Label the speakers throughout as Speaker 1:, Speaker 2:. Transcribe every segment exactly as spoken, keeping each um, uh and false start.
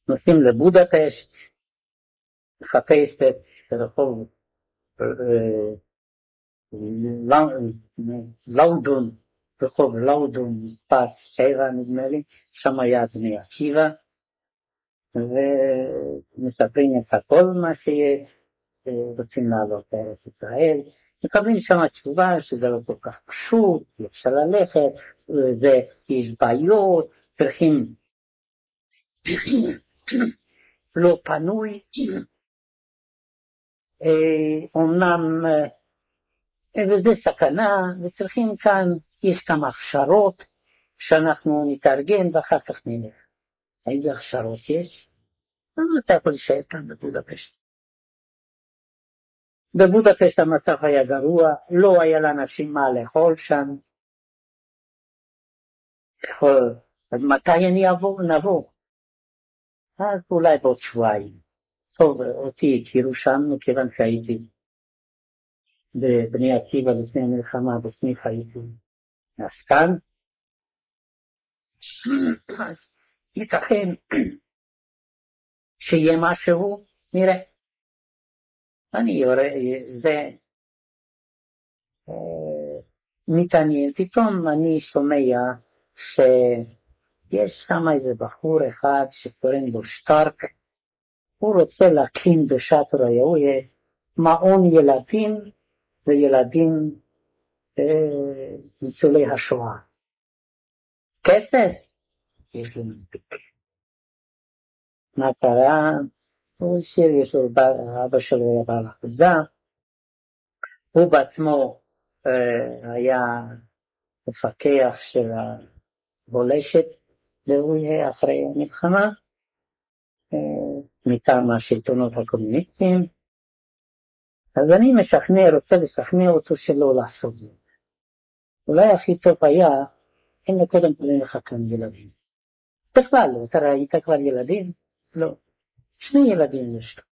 Speaker 1: נוסעים לבודפשט, לחפש את רחוב לאודון, רחוב לאודון מספר שבע נדמה לי, שם היה בני עקיבא, ומספרים את הכל מה שיש, רוצים לעלות לארץ ישראל, מקבלים שם תשובה שזה לא כל כך פשוט, אפשר ללכת, יש בעיות, צריכים לא פנוי, אומנם וזה סכנה, וצריכים כאן, יש כמה הכשרות שאנחנו נתארגן ואחר כך נלך. איזה הכשרות יש? אתה יכול להישאר כאן בבודפשט. בבודפשט המצב היה גרוע, לא היה לאנשים מה לאכול שם. אז מתי אני אבוא? נבוא. אז אולי בעוד שבועיים. טוב, אותי הכירו שם, מכיוון שהייתי בבני עקיבא לפני המלחמה, בסניף הייתי עסקן. אז ייתכן שיהיה משהו, נראה. אני יורה, זה מתעניין, פתאום אני שומע שיש שם איזה בחור אחד שקוראים לו שטרק, הוא רוצה להקים בשטר היהויה מעון ילדים וילדים אה, ניצולי השואה. כסף? יש לי מספיק. מה קרה? הוא השאיר, יש לו, אבא שלו היה בעל אחוזה, הוא בעצמו אה, היה מפקח של הבולשת, והוא יהיה אחרי המלחמה, אה, מטעם השלטונות הקומוניסטיים. אז אני משכנע, רוצה לשכנע אותו שלא לעשות זאת. אולי הכי טוב היה, אין קודם כל לך כאן ילדים. בכלל, אתה ראית כבר ילדים? לא. שני ילדים יש לו.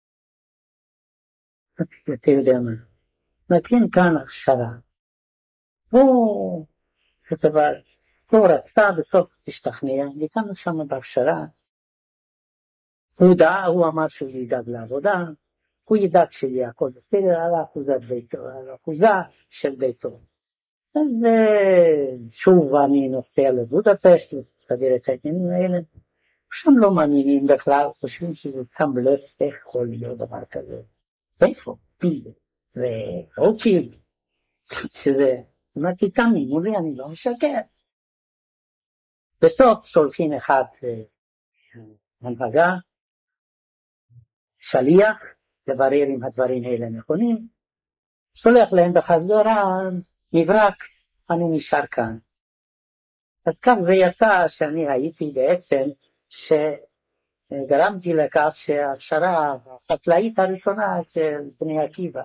Speaker 1: אתה יודע מה? נתן כאן הכשרה. הוא, כתבה, הוא רצה בסוף תשתכנע, ניתנו שם בהכשרה. הוא דע, הוא אמר שהוא ידאג לעבודה, הוא ידאג שיהיה הכל בסדר על האחוזת ביתו, על האחוזה של ביתו. אז שוב אני נוסע לבודפשט, לסדר את העניינים האלה. שם לא מאמינים בכלל, חושבים שזה סתם בלוף, איך יכול להיות דבר כזה. איפה? פיל. ורוטשילד. שזה, אמרתי תמי, מולי אני לא משקר. בסוף שולחים אחד הנהגה, שליח, לברר אם הדברים האלה נכונים, שולח להם בחזרה, מברק, אני נשאר כאן. אז כך זה יצא שאני הייתי בעצם, שגרמתי לכך שההכשרה החקלאית הראשונה של בני עקיבא,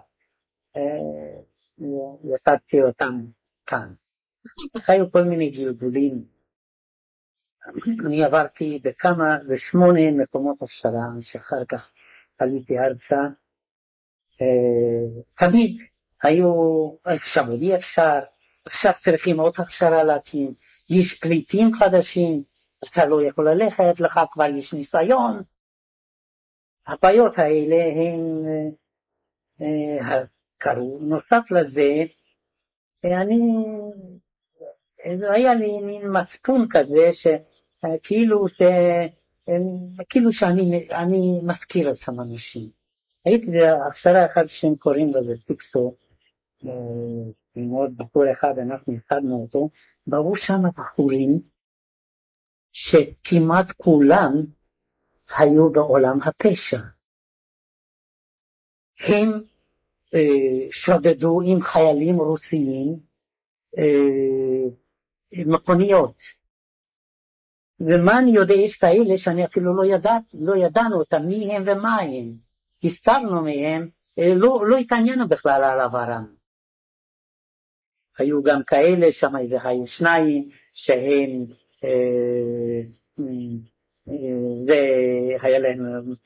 Speaker 1: יצאתי אותם כאן. היו כל מיני גלגולים. אני עברתי בכמה ושמונה מקומות הכשרה, שאחר כך עליתי ארצה. תמיד היו, עכשיו עוד אי אפשר, עכשיו צריכים עוד הכשרה להקים, יש פליטים חדשים, אתה לא יכול ללכת, לך כבר יש ניסיון. הבעיות האלה הן קרו. נוסף לזה, אני, היה לי מין מצפון כזה, שכאילו ש... כאילו שאני אני מזכיר את שם אנשים. הייתי בהכשרה אחת שהם קוראים לזה טיקסו, עם עוד בחור אחד, אנחנו יחדנו אותו, באו שם בחורים שכמעט כולם היו בעולם הפשע. הם אה, שודדו עם חיילים רוסיים אה, מכוניות. ומה אני יודע, יש כאלה שאני אפילו לא ידעת, לא ידענו אותם מי הם ומה הם. הסתרנו מהם, אה, לא, לא התעניינו בכלל על עברם. היו גם כאלה, שם איזה היו שניים, שהם, אה, זה היה להם,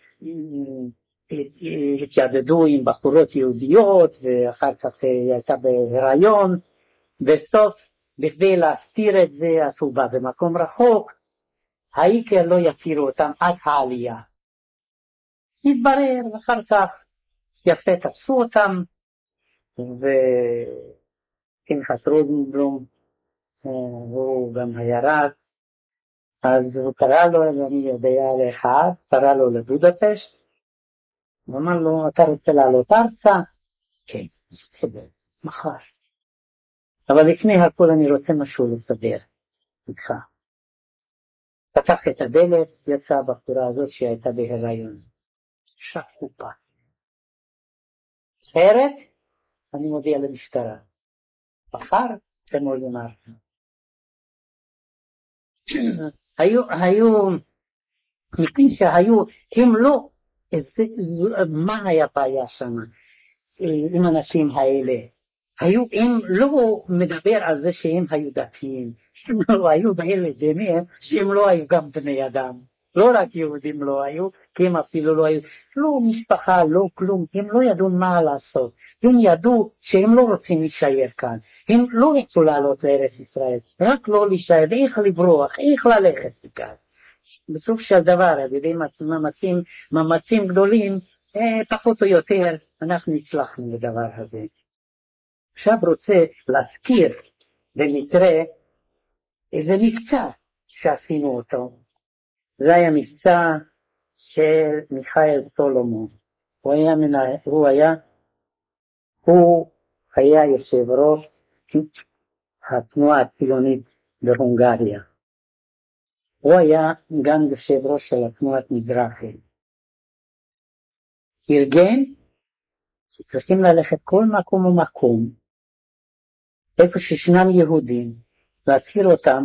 Speaker 1: התיידדו עם בחורות יהודיות, ואחר כך הייתה בהיריון, בסוף, בכדי להסתיר את זה, אז הוא בא במקום רחוק, העיקר לא יכירו אותם עד העלייה. מתברר, ואחר כך יפה תפסו אותם, ופנחס רוזנבלום, הוא גם היה רב, אז הוא קרא לו, אני יודע לאחד, קרא לו לבודפשט, הוא אמר לו, אתה רוצה לעלות ארצה? כן, בסדר, מחר. אבל לפני הכל אני רוצה משהו לסדר איתך. פתח את הדלת, יצאה הבחורה הזאת שהייתה בהיריון. שחופה. אחרת, אני מודיע למשטרה. מחר, אתם עולים ארצה. היו, היו, מקרים שהיו, הם לא, זה, מה היה בעיה שם עם האנשים האלה? היו, הם לא מדבר על זה שהם היו דתיים, הם לא היו באלה דמיהם שהם לא היו גם בני אדם. לא רק יהודים לא היו, כי הם אפילו לא היו, לא משפחה, לא כלום, הם לא ידעו מה לעשות. הם ידעו שהם לא רוצים להישאר כאן, הם לא רצו לעלות לארץ ישראל, רק לא להישאר, איך לברוח, איך ללכת מכאן. בסוף של דבר, על ידי מאמצים, מאמצים גדולים, אה, פחות או יותר, אנחנו הצלחנו לדבר הזה. עכשיו רוצה להזכיר במקרה איזה מבצע שעשינו אותו. זה היה מבצע של מיכאל סולומון. הוא היה מנהל, הוא היה, הוא היה יושב ראש התנועה הציונית בהונגריה. הוא היה גם יושב ראש של התנועת מזרחי. ארגן שצריכים ללכת כל מקום ומקום, איפה שישנם יהודים, להזכיר אותם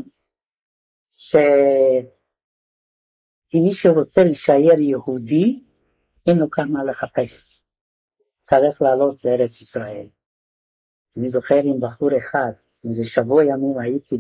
Speaker 1: שמי שרוצה להישאר יהודי, אין לו כמה לחפש. צריך לעלות לארץ ישראל. אני זוכר עם בחור אחד, איזה שבוע ימים הייתי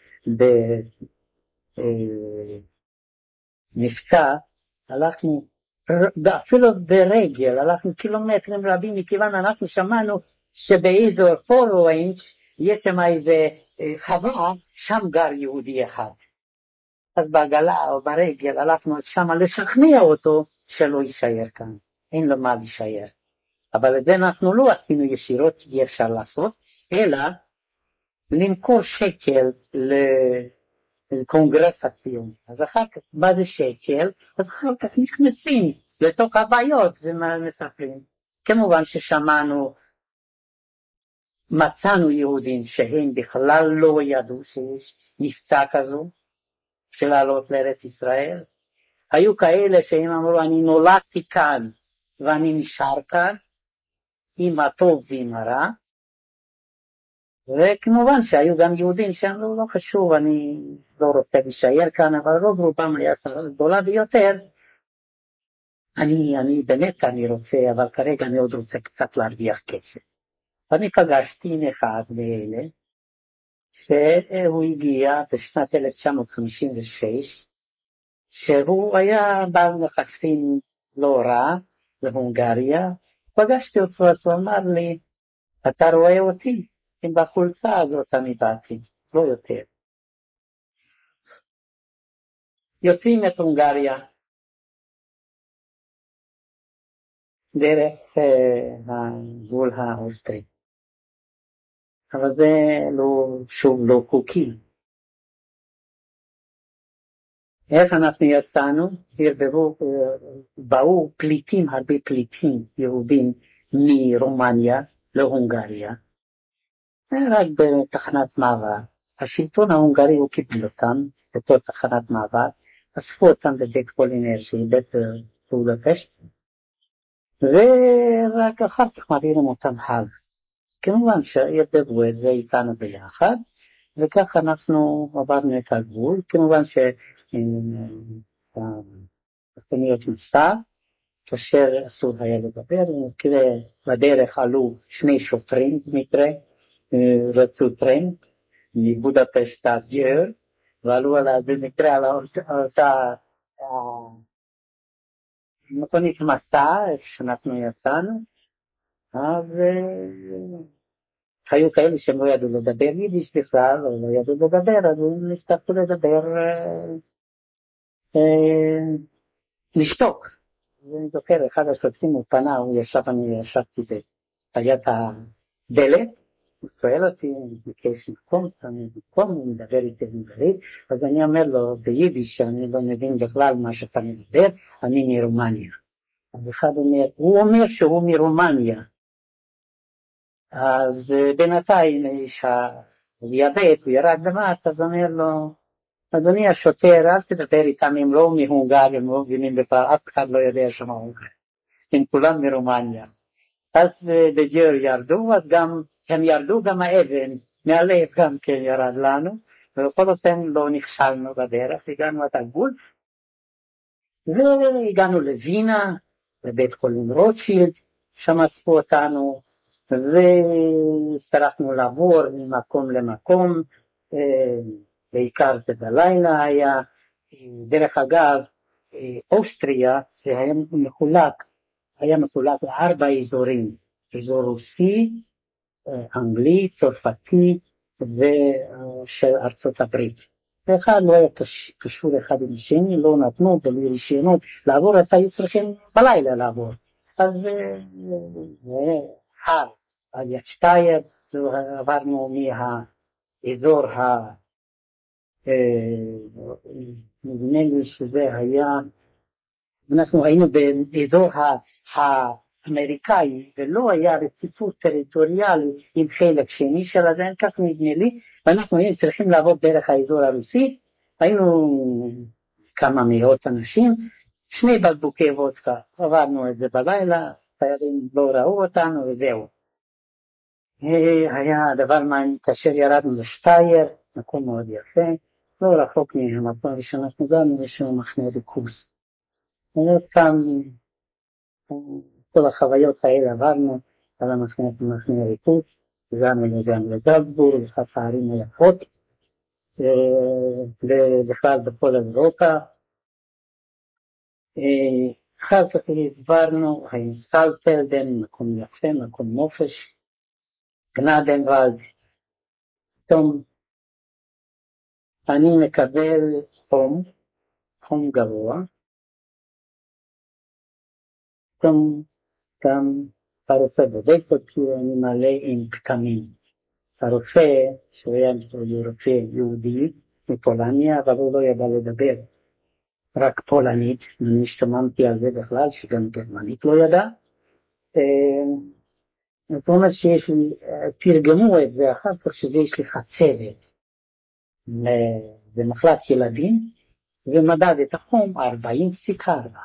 Speaker 1: במבצע, הלכנו, אפילו ברגל, הלכנו קילומטרים רבים, מכיוון אנחנו שמענו שבאזור פורווינץ' יש שם איזה חווה, שם גר יהודי אחד. אז בעגלה או ברגל הלכנו שם לשכנע אותו שלא יישאר כאן, אין לו מה להישאר. אבל את זה אנחנו לא עשינו ישירות, אי אפשר לעשות, אלא למכור שקל לקונגרס הציוני. אז אחר כך, מה זה שקל? אז אחר כך נכנסים לתוך הבעיות ומספרים. כמובן ששמענו, מצאנו יהודים שהם בכלל לא ידעו שיש מבצע כזו, של לעלות לארץ ישראל. היו כאלה שהם אמרו, אני נולדתי כאן ואני נשאר כאן, עם הטוב ועם הרע. וכמובן שהיו גם יהודים שאמרו, לא חשוב, אני לא רוצה להישאר כאן, אבל רוב רובם היה גדולה ביותר. אני, אני באמת אני רוצה, אבל כרגע אני עוד רוצה קצת להרוויח כסף. אני פגשתי עם אחד מאלה, שהוא הגיע בשנת אלף תשע מאות חמישים ושש, שהוא היה בעל נכסים לא רע בהונגריה. פגשתי אותו, אז הוא אמר לי, אתה רואה אותי? אם בחולצה הזאת אני באתי, לא יותר. יוצאים את הונגריה, דרך הגבול האוסטרי. אבל זה לא, שוב לא חוקי. איך אנחנו יצאנו? הרבבו, באו פליטים, הרבה פליטים יהודים מרומניה להונגריה, רק בתחנת מעבר. השלטון ההונגרי הוא קיבל אותם בתור תחנת מעבר, אספו אותם בבית פולינרשי, בית בודפשט, ורק אחר כך מעבירים אותם הלאה. כמובן שידברו את זה איתנו ביחד, וכך אנחנו עברנו את הגבול. כמובן שהסתמיות מסע, כאשר אסור היה לדבר, במקרה בדרך עלו שני שוטרים, במקרה רצו טרמפ מבודפשט עד ג'ר, ועלו עליו במקרה על אותה מכונית מסע, איפה שאנחנו יצאנו, אז היו כאלה שהם לא ידעו לדבר יידיש בכלל, או לא ידעו לדבר, אז הם נפתחו לדבר אה, לשתוק. אני זוכר, אחד השופטים הוא פנה, הוא ישב, אני ישבתי בחיית הדלת, הוא שואל אותי, ביקש מקום, אני מקום, הוא מדבר איתי בעברית, אז אני אומר לו ביידיש, שאני לא מבין בכלל מה שאתה מדבר, אני מרומניה. אז אחד אומר, הוא אומר שהוא מרומניה, אז בינתיים איש הדיאבט, הוא ירד למטה, אז אומר לו, אדוני השוטר, אל תדבר איתם, הם לא מהונגריה, הם לא מבינים בכלל, אף אחד לא יודע שמה הונגריה, הם כולם מרומניה. אז בדיור ירדו, אז גם, הם ירדו גם האבן, מהלב גם כן ירד לנו, ובכל אופן לא נכשלנו בדרך, הגענו עד הגבול, והגענו לווינה, לבית חולים רוטשילד, שם אספו אותנו, והצטרכנו לעבור ממקום למקום, בעיקר זה בלילה היה. דרך אגב, אוסטריה זה היה מחולק, היה מחולק לארבע אזורים, אזור רוסי, אנגלי, צרפתי ושל ארצות הברית. ואחד לא היה קשור אחד עם השני, לא נתנו בלי רישיונות לעבור, אז היו צריכים בלילה לעבור. אז הר, על יד שטייר, עברנו מהאזור ה... נדמה לי שזה היה, אנחנו היינו באזור האמריקאי, ולא היה רציפות טריטוריאלי עם חלק שני של הדין, כך נדמה לי, ואנחנו היינו צריכים לעבוד דרך האזור הרוסי, היינו כמה מאות אנשים, שני בקבוקי וודקה, עברנו את זה בלילה, חיילים לא ראו אותנו וזהו. היה דבר מעניין, כאשר ירדנו לשטייר, מקום מאוד יפה, לא רחוק מהמקום הראשון, אנחנו גם יש לנו מחנה ריכוז. כאן כל החוויות האלה עברנו על המחנה הריכוז, הגענו גם לדלצבורג, אחת הערים היפות, ובכלל בכל אירופה. אחר כך עברנו, היינו סלפלדן, מקום יפה, מקום נופש, גנדנוולד. פתאום אני מקבל חום, חום גבוה, פתאום גם הרופא בודק אותי, אני מלא עם כתמים. הרופא, שהוא היה רופא יהודי מפולניה, אבל הוא לא ידע לדבר, רק פולנית, אני השתממתי על זה בכלל, שגם גרמנית לא ידע. זאת אומרת שיש לי, תרגמו את זה אחר כך שיש לי חצבת במחלת ילדים, ומדד את החום ארבעים נקודה ארבע.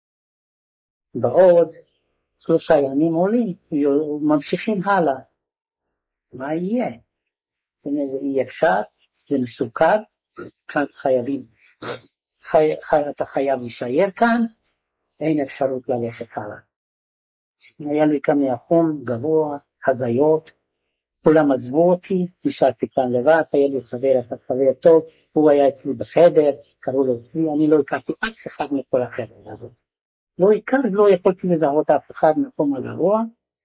Speaker 1: בעוד שלושה ימים עולים, ממשיכים הלאה. מה יהיה? זה אי אפשר, זה מסוכן, כאן חייבים, חי, חי, אתה חייב להישאר כאן, אין אפשרות ללכת הלאה. היה לי כאן מהחום גבוה, הזיות, כולם עזבו אותי, נשארתי כאן לבד, היה לי חבר אחד חבר טוב, הוא היה אצלי בחדר, קראו לו אצלי, אני לא הכרתי אף אחד מכל החדר הזה. לא הכרתי, לא יכולתי לזהות אף אחד מקום הגבוה,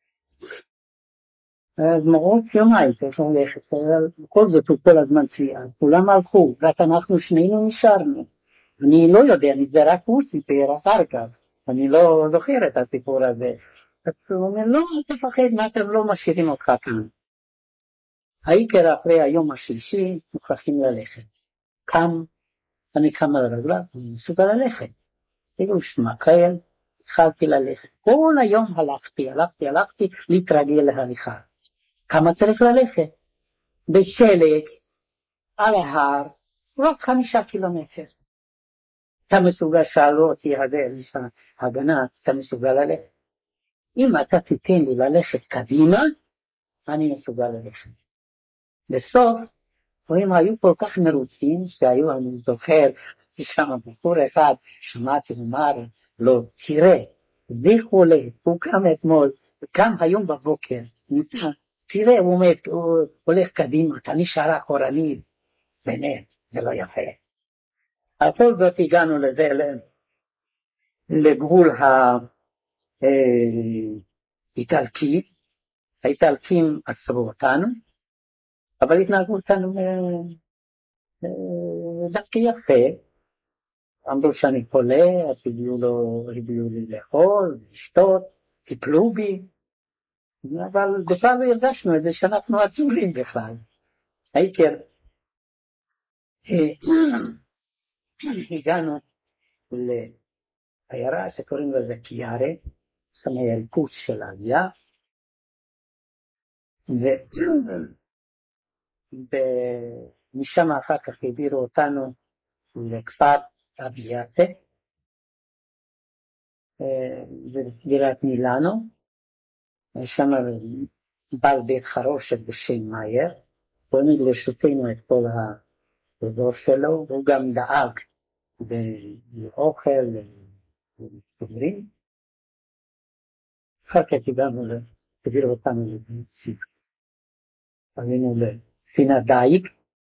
Speaker 1: אז מראות יומיים צריך ללכת, בכל זאת הוא כל הזמן צייר, כולם הלכו, רק אנחנו שנינו נשארנו. אני לא יודע, זה רק הוא סיפר אחר כך, אני לא זוכר את הסיפור הזה. אז הוא אומר, לא, אל תפחד, מה אתם לא משאירים אותך כאן. העיקר אחרי היום השלישי, מוכרחים ללכת. קם, אני קם על הרגליו, אני מסוגל ללכת. כאילו שמקל, התחלתי ללכת. כל היום הלכתי, הלכתי, הלכתי, להתרגל להליכה. כמה צריך ללכת? בשלג, על ההר, רק חמישה קילומטר. אתה מסוגל, שאלו אותי הגנה, אתה מסוגל ללכת? אם אתה תיתן לי ללכת קדימה, אני מסוגל ללכת. בסוף, הם היו כל כך מרוצים, שהיו, אני זוכר, שם בחור אחד, שמעתי ומר, לא, תראה, זה חולה, הוא קם אתמול, קם היום בבוקר, ניתן, תראה, הוא מת, הוא הולך קדימה, אתה נשאר אחורנית, באמת, זה לא יפה. הכל זאת הגענו לזה, לגבול האיטלקי, האיטלקים עצרו אותנו, אבל התנהגו אותנו דווקא יפה, אמרו שאני חולה, אז הביאו לו, הביאו לי לאכול, לשתות, טיפלו בי, אבל בכלל לא הרגשנו את זה שאנחנו עצובים בכלל. הייתי, הגענו לעיירה שקוראים לזה קיארה, שם היה ריכוז של העלייה, ומשם אחר כך העבירו אותנו לכפר אביאטה, בדירת מילאנו, שם בעל בית חרושת בשם מאייר, הוא העמיד לרשותנו את כל האזור שלו, והוא גם דאג באוכל ודברים. אחר כך הגענו, העבירו אותנו לציב. עלינו לספינה דייג,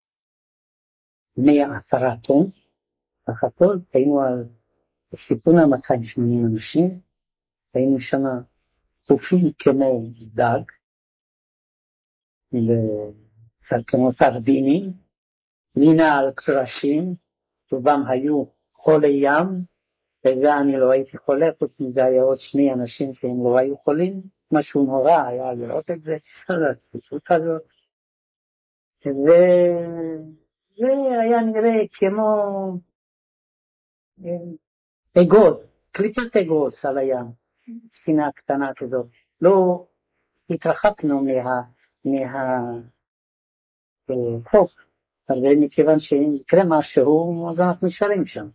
Speaker 1: מאה עשרה טון, סך הכל, היינו על סיפונה מאתיים ושמונים אנשים, היינו שם צופים כמו דג, כמו סרדינים, לינה על קרשים, רובם היו חולי ים, וזה אני לא הייתי חולה, חוץ מזה היה עוד שני אנשים שהם לא היו חולים, משהו נורא היה לראות את זה, על הצפיפות הזאת, וזה היה נראה כמו אגוז, קליפת אגוז על הים, ספינה קטנה כזאת, לא התרחקנו מה, מהחוף, אבל מכיוון שאם יקרה משהו, אז אנחנו נשארים שם.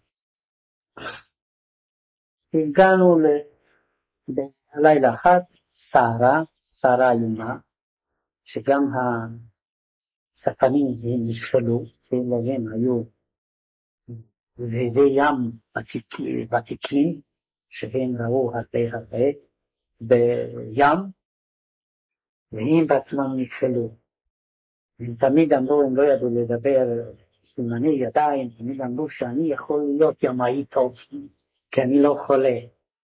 Speaker 1: הגענו בלילה אחת, סערה, סערה איומה, שגם הספנים הם נשפלו, להם היו זאבי ים ותיקים, שהם ראו הרבה הרבה בים, והם בעצמם נשפלו. הם תמיד אמרו, הם לא ידעו לדבר סימני ידיים, תמיד אמרו שאני יכול להיות ימאי טוב, כי אני לא חולה.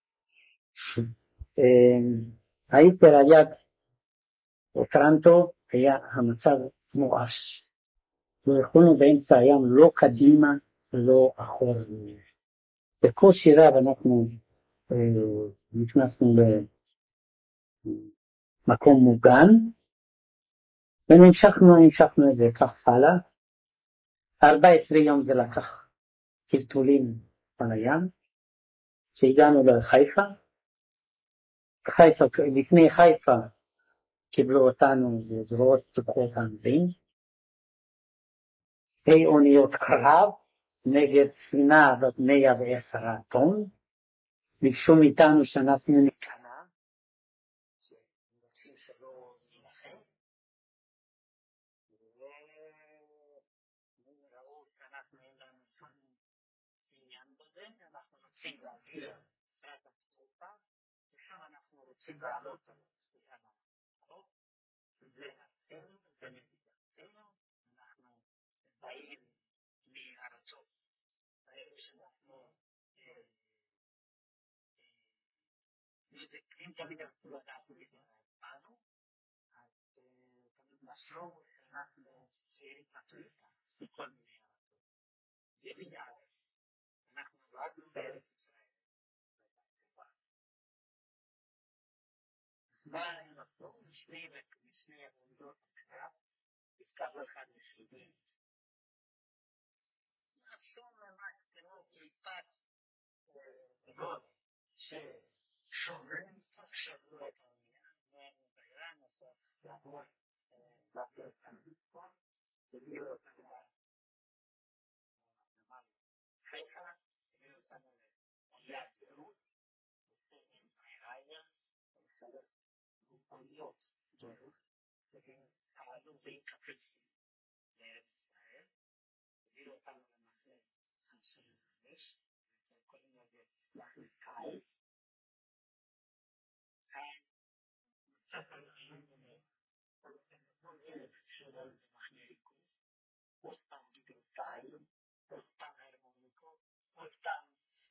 Speaker 1: הייתי על יד אוטרנטו, היה המצב מואש. לא יכולנו באמצע הים, לא קדימה, לא אחורה. בקושי רב אנחנו אה, נכנסנו למקום מוגן, ונמשכנו, נמשכנו את זה כך הלאה. ארבע עשרה יום זה לקח טלטולים על הים, שהגענו לחיפה. חיפה, לפני חיפה קיבלו אותנו בזרועות פתוחות האנגלים, שתי אוניות קרב נגד ספינה בת מאה ועשרה טון, ביקשו מאיתנו שאנחנו ניכנע, שרוצים שלא נלחם, והם ראו שאנחנו אין לנו שום עניין בזה, אנחנו רוצים להעביר את הצופה, ושם אנחנו רוצים לעלות על ספינה החוק, ולהתנו ולהתנו, אנחנו באים מארצות האלה שאנחנו אם תמיד אנחנו לדעת בנו, אז תמיד משהו שאנחנו שירים את מכל מיני ארצות. זה בגלל, אנחנו נולדנו בארץ ישראל. אז מה אני נחזור? משני ומשני עבודות הקרב, התקבל אחד לשני. משהו ממש כמו קליפת גול, ששוברים שברו את האונייה, והאונייה נסעה לעבור לעבור את המקום, הביאו אותנו לנמל חיפה, הביאו אותנו ליד יהוד, וסיים חייה, וסדר אוניות גדולות, והם פעלו בין קפריסין לארץ ישראל, הביאו אותנו למחנה חמישים וחמש, וקוראים לזה מחנה קאי, במחנה ריכוז, עוד פעם דיברו קאי, עוד פעם הרמוניקות, עוד פעם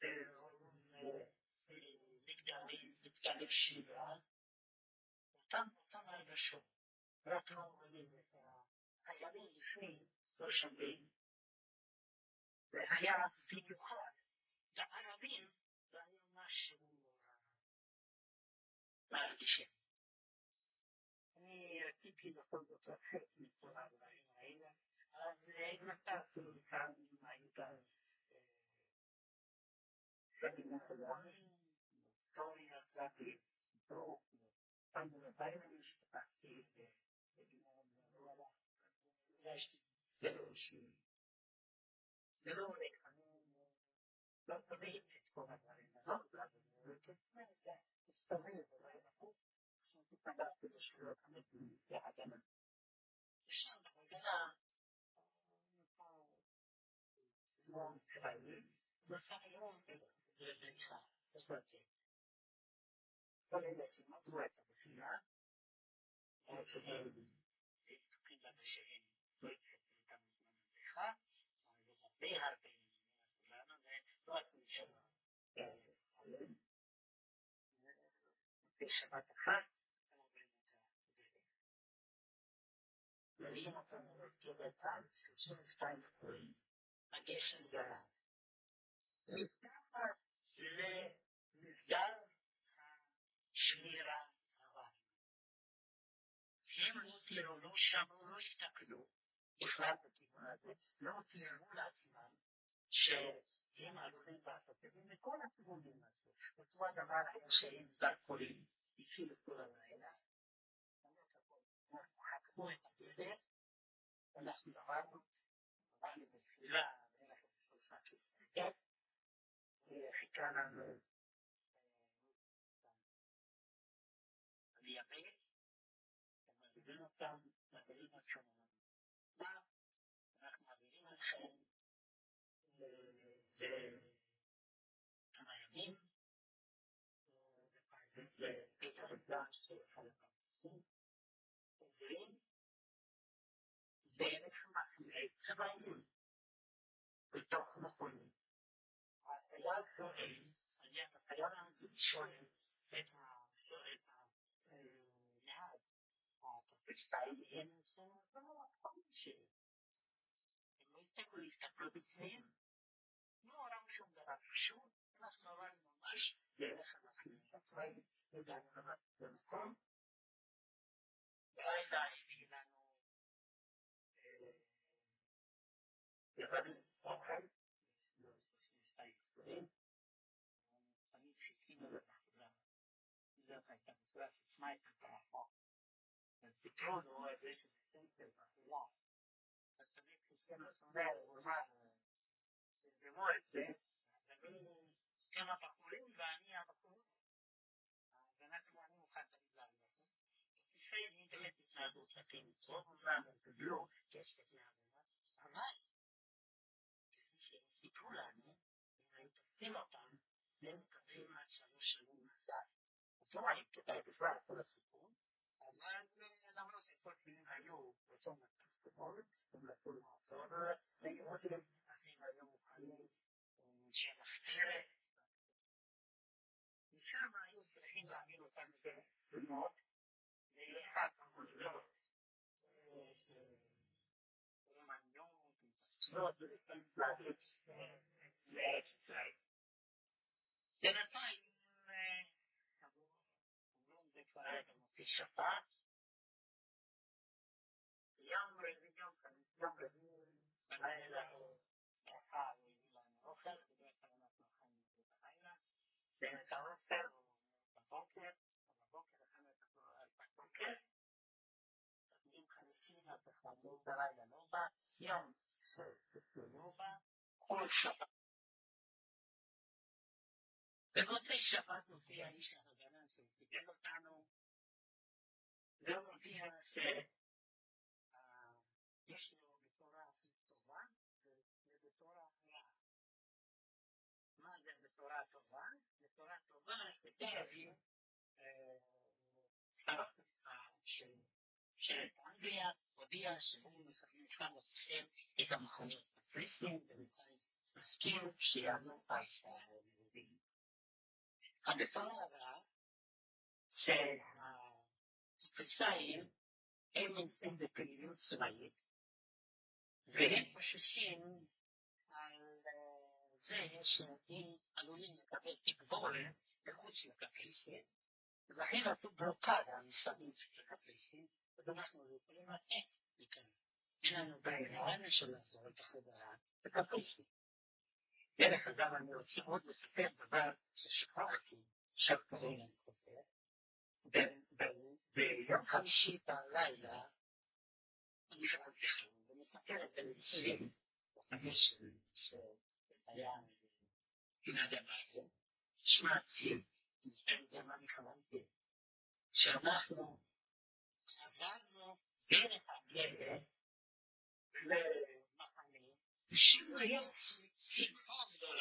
Speaker 1: מגדלים, מגדלים שירה, אותם, אותם הרגשות, רק לא רואים את החיילים לפני לא שווים, והיה במיוחד הערבים זה היה משהו מרגישים. אני רציתי בכל זאת לצאת מכל הדברים האלה, אז נתתי לכאן עם היותר שנים חדרים, היסטוריה, קלטי, טוב, פעם דברים המשפטי, הרגשתי, זה לא שלי. זה לא הולך, אני לא תמיד את כל הדברים הזאת, וכתוב, תסתובב, פגשתי בשבילות המתים להגנה. ושם בהגנה מאוד צבאי, נוסף היום לבניחה, זאת אומרת, כל אלה שמדוע את הבחינה, שהם פתוחים לנו שהם לא יצטרכו איתם זמן הבריחה, אבל הרבה הרבה כולנו, ולא רק משנה עליהם. בשבת אחת, מביאים אותנו לבתן, שלושים ושתיים חולים, הגשם גרם. מתחת למסגר השמירה עבר. הם לא תראו, לא שמעו, לא הסתכלו, בכלל בכיוון הזה, לא תראו לעצמם שהם עלולים לעשות את זה, וכל הכיוונים עשו. אותו הדבר היה שהם זרקורים, הפעילו את כל הלילה, חתכו את הדרך, אנחנו עברנו, עברנו בסביבה, ואנחנו בשלושה כיוונים, וחיכה לנו לימים, ומעבירים אותם, מעבירים אותם, מה? אנחנו מעבירים אתכם לכמה ימים, ובית המקדש של הפלסטינים, עוברים דרך מחנה צבאיים בתוך מכונים. החייל שואל, החייל האנגלי שואל את הנהג, הפלסטינים, הם עושים לא נכון שהם לא הסתכלו, הסתכלו בפניהם, לא ראו שום דבר פשוט, אנחנו עברנו ממש דרך המחנה הצבאי, הגענו למקום, בלילה הביא לנו לבנים אוכל, לא שלושים ושתיים חולים, תמיד חיכינו לבחורה, זאת הייתה מצווה ששמע את התרחה. סיפרו לו את זה שזה ספר בחורה, אז תמיד חיכינו סומר, הוא אמר, שזמו את זה, אז אני כמה בחורים ואני הבחור, אז אנחנו אני מוכן תמיד להגיד לכם. תפעי לי באמת התנהגות לכם, רוב הזמן הם קבלו כסף מהעבודה, אבל כפי שהם סיפרו לנו, אם היו תופסים אותם, הם מקבלים עד שלוש שנים מאסר. אז לא היה כדאי בכלל כל הסיפור, אבל למרות שכל מילים היו רצון לתפקוד, הם לקחו למעצור, ויהודים אחים היו מוכנים של החצרת. משם היו צריכים להעמיד אותם ללמוד, לאחד המוסדות אומניות, התעשיות, להביא לארץ ישראל. בינתיים, אומרים זה כבר היה במוצאי שבת, יום רביעי, יום רביעי, בלילה, ברכה, והביא לנו אוכל, בדרך כלל אנחנו אוכלים בלילה, ואת האוכל בבוקר, בבוקר, הכנו את הבוקר, תקדים חמישים, אף אחד לא בלילה לא בא, יום לא בא, כל שבת. במוצאי שבת מופיע איש ההגנה שתיגל אותנו, ומופיע שיש לו בתורה טובה ובתורה רעה. מה זה בתורה טובה? בתורה טובה שתאבים שר של אנגליה הודיע שהוא מוכן לחסל את המכונות הפלסטיניות ומוכן להסכים שיענו הישראלים. הבשורה הרעה שהפלסטינים הם נמצאים בפעילות צבאית והם חוששים על זה שהם עלולים לקבל תגבורת מחוץ לקפריסין, ולכן עשו בלוקדה מסביב לקפריסין, אז אנחנו לא יכולים לצאת מכאן. אין לנו בעיה של לעזור את החזרה לקפריסין. דרך אגב, אני רוצה עוד לספר דבר ששכחתי, עכשיו קוראים אני חוזר, ביום חמישי בלילה, אני חלמתי חלום, ומספר את זה לצבי, בחמש שהיה עם הדבר, שמע צבי, אני יודע מה אני חלמתי, שאנחנו חזרנו דרך הגדר למחנה, ושם היה שמחה גדולה.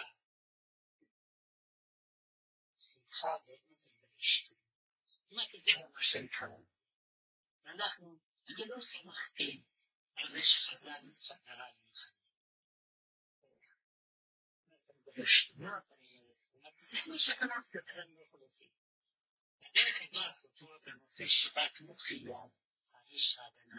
Speaker 1: שמחה גדולה בשביל. מה כזה מה שאני חלמתי? ואנחנו, אני לא שמחתי על זה שחזרנו חזרה למחנה. זה מה שאנחנו כאן לא יכולים לעשות. בדרך אגב, אותו בנושא שבת מוחייה, האיש ההגנה,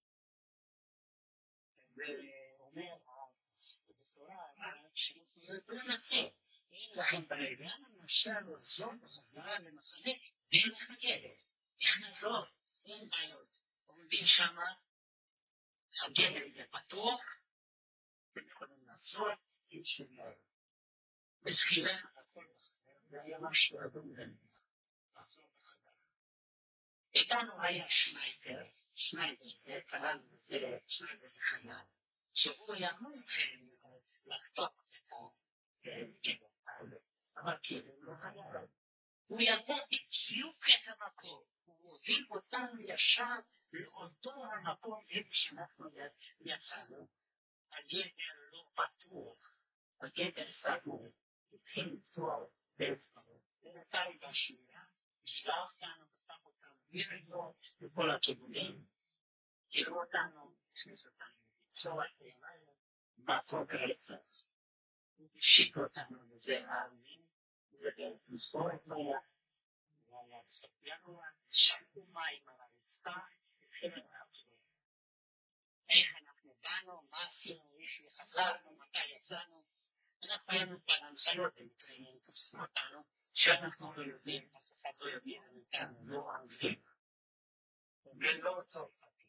Speaker 1: ואומר, בבשורה אמר, שאנחנו לא יכולים לצאת. אין לכם בעיה, למשל, לחזור בחזרה למחנה, דרך הגדר. איך נעזור? אין בעיות. עומדים שמה, הגדר יהיה פתוח, אתם יכולים לעזור, אין שום בעיה. בסחילה, הכל בחזרה, זה היה משהו רבון לנו, לעזור בחזרה. איתנו היה שניידר, שניידר זה קראנו לזה, שניידר זה חייל, שהוא היה מומחה לחתוך את הגדר האלה, אבל כאילו לא חייל. הוא ידע בדיוק את המקום, הוא הוביל אותנו ישר לאותו המקום איפה שאנחנו יצאנו, הגדר לא פתוח, הגדר סגור, התחיל לצור באצבעות, ונתן בשמירה, גילה אותנו ושם אותנו ירידות בכל הכיוונים, גירו אותנו, הכניס אותנו לצור את הימיים, מקום רצח, השיק אותנו לזה העלמין, זה בעצם ספורת מיה, והיה בסוף ינואר, שקו מים על הרצפה, התחילו לחפור. איך אנחנו באנו, מה עשינו, איך חזרנו, מתי יצאנו, אנחנו היינו כבר הנחיות במקרים, תופסים אותנו, שאנחנו לא יודעים, אף אחד לא יודעים, איתנו לא אנגלים, ולא צרפתי.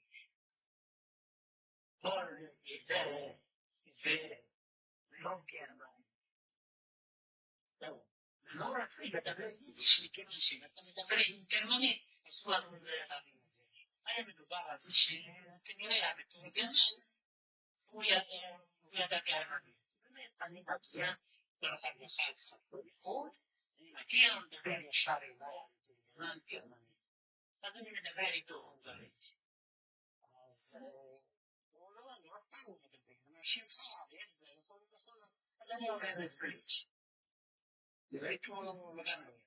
Speaker 1: כל זה, ולא גרמני. לא רצוי לדבר יידיש מכיוון שאתה מדבר עם גרמני, אסור לנו להבין את זה. היה מדובר על זה שכנראה המתורגמן, הוא ידע גרמני. באמת, אני מגיע, כל אחד נחל חלקו לחוד, אני מגיע ומדבר ישר אליי על מתורגמן גרמני. אז אני מדבר איתו הונגרית. אז הוא לא, אני לא פעם מדבר, אנשים חייב, איך זה, יכול וכל, אז אני אומר עברית. עברית הוא לגמרי.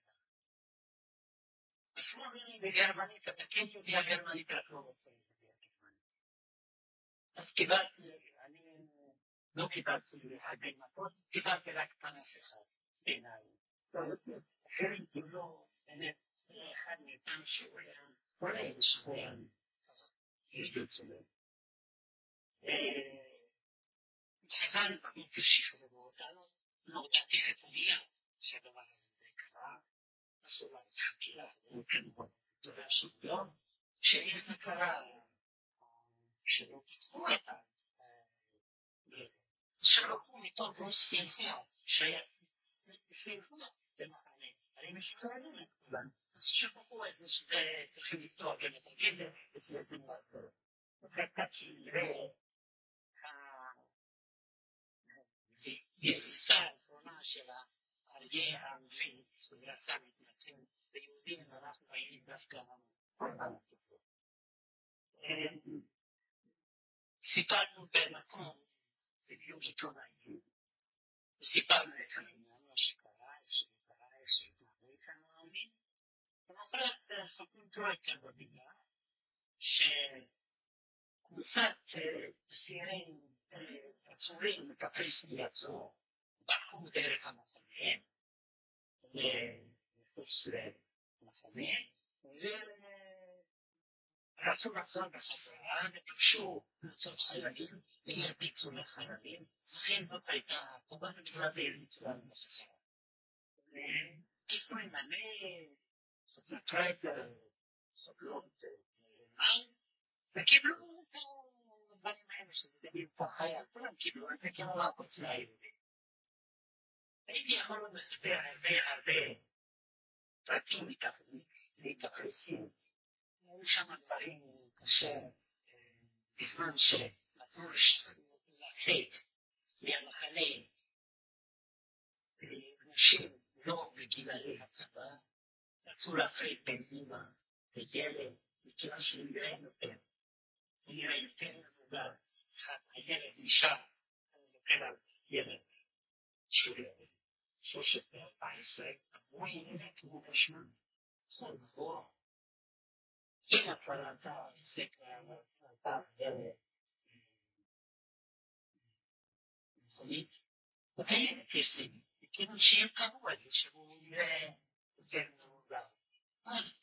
Speaker 1: אז הוא אומר לי בגרמנית, אתה כן יודע גרמנית, רק לא רוצה לדבר גרמנית. אז קיבלתי, אני לא קיבלתי הרבה מכות, קיבלתי רק פנס אחד, בעיניי. אחרים קיבלו, באמת, אחד מאיתם שהוא היה חולה, שהוא היה ידיד שלו. חזרנו בבוקר שחררו אותנו, לא הודעתי חתוניה שהדבר הזה קרה, עשו לנו חקירה, וכמובן, תודה שוויון, שאם זה קרה, שלא פתחו את ה... שרקו מתוך ראש שמחה, שהיה שמחה במחנה, הרי משחררים את כולם, אז שפקו את זה שזה צריכים לפתוח גם את הגדר, וזה לעזור. וככה כנראה, יסיסה האחרונה של האריה האנגלי, שרצה להתנתן ליהודים, אנחנו היינו דווקא קורבנות כזה. סיפרנו במקום, בדיוק עיתונאים, וסיפרנו את העניין, מה שקרה, איך שקרה, איך שהתנהלו איתנו העולים, ומחרת חוקרים טרויקה בדינה, שקבוצת אסירים עצורים בקפריסין יצאו, ברחו דרך המחנה, מחוץ למחנה,
Speaker 2: רצו לחזור בחזרה וביקשו לצורך חיילים והרביצו לחיילים. לכן זאת הייתה הטובה בגלל זה הרביצו לנו בחזרה. ותכנון מלא, נקרא את זה סובלות מים, וקיבלו את הדברים האלה שזה דברים פה חייל, כולם קיבלו את זה כמו הקוצלה היהודית. הייתי יכול לספר הרבה הרבה פרטים מתפריסים. היו שם דברים כאשר בזמן שנתנו לצאת מהמחנה נשים לא בגילאי הצבא, רצו להפריד בין אמא וילד, מכיוון שהוא נראה יותר, הוא נראה יותר מבוגר, אחד הילד נשאר, אני לוקח על ילד שהוא שלושת ארבע עשרה, אמרו ילד הוא בשמן, יכול לבוא, אמא כבר עלתה, זה כבר עלתה ילד, מכונית, והילד יפסיק, וכיוון שהם קראו את זה, שהוא נראה יותר מבוגר. אז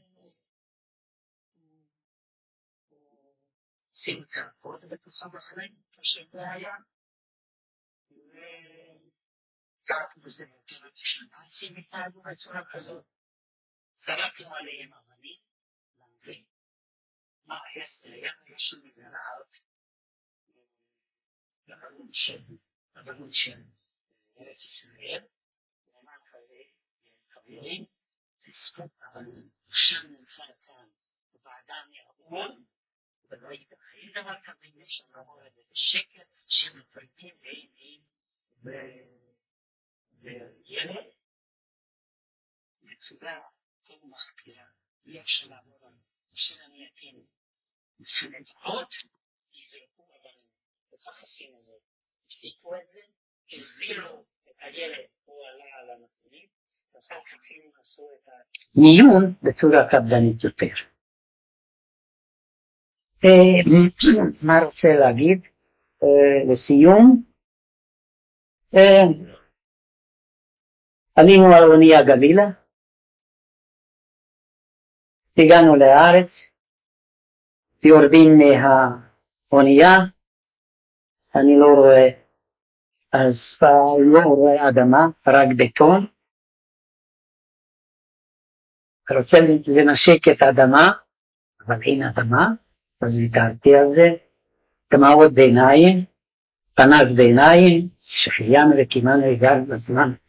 Speaker 2: שימו צעקות בתוך המחנה, כאשר זה היה, וצעקו בזה יותר כשנאצים התנהגו בצורה כזאת, זרקנו עליהם אבנים, לאנגלים, מה היה זה היה משהו מגרעת, לבנות של, לבנות של ארץ ישראל, ואמר חברים, תספוק, אבל עכשיו נמצא כאן בוועדה מהאו"ם, ולא ייתכן דבר כזה, יש לנו אמור את זה בשקר, שמפרדים בין וילד, בצורה כל מחפירה, אי אפשר לעבור על אשר אני אתן שנבעות, יזרקו אבנים, וכך עשינו את זה, הפסיקו את זה, החזירו את הילד, הוא עלה על המכונית, ואחר כך הם עשו את המיון בצורה קפדנית יותר. מה רוצה להגיד לסיום? עלינו על אונייה גלילה, הגענו לארץ, יורדים מהאונייה, אני לא רואה, אז לא רואה אדמה, רק בטון, רוצה לנשק את האדמה, אבל אין אדמה, אז ויתרתי על זה, דמעות בעיניים, פנס בעיניים, שחיינו וקימנו הגענו בזמן